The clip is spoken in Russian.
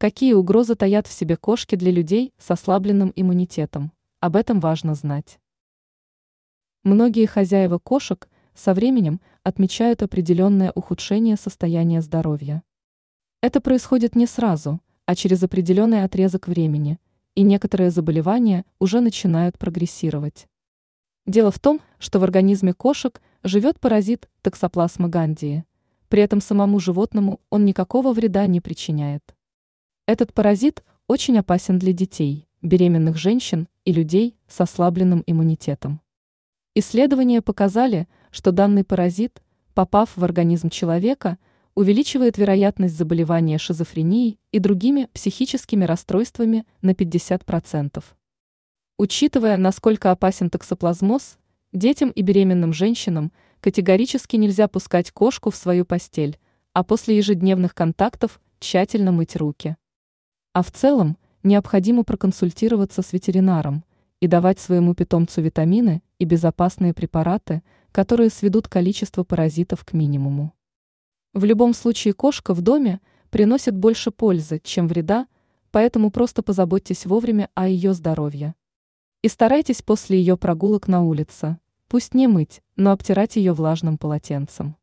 Какие угрозы таят в себе кошки для людей с ослабленным иммунитетом? Об этом важно знать. Многие хозяева кошек со временем отмечают определенное ухудшение состояния здоровья. Это происходит не сразу, а через определенный отрезок времени, и некоторые заболевания уже начинают прогрессировать. Дело в том, что в организме кошек живет паразит токсоплазма гандии, при этом самому животному он никакого вреда не причиняет. Этот паразит очень опасен для детей, беременных женщин и людей с ослабленным иммунитетом. Исследования показали, что данный паразит, попав в организм человека, увеличивает вероятность заболевания шизофренией и другими психическими расстройствами на 50%. Учитывая, насколько опасен токсоплазмоз, детям и беременным женщинам категорически нельзя пускать кошку в свою постель, а после ежедневных контактов тщательно мыть руки. А в целом необходимо проконсультироваться с ветеринаром и давать своему питомцу витамины и безопасные препараты, которые сведут количество паразитов к минимуму. В любом случае кошка в доме приносит больше пользы, чем вреда, поэтому просто позаботьтесь вовремя о ее здоровье. И старайтесь после ее прогулок на улице, пусть не мыть, но обтирать ее влажным полотенцем.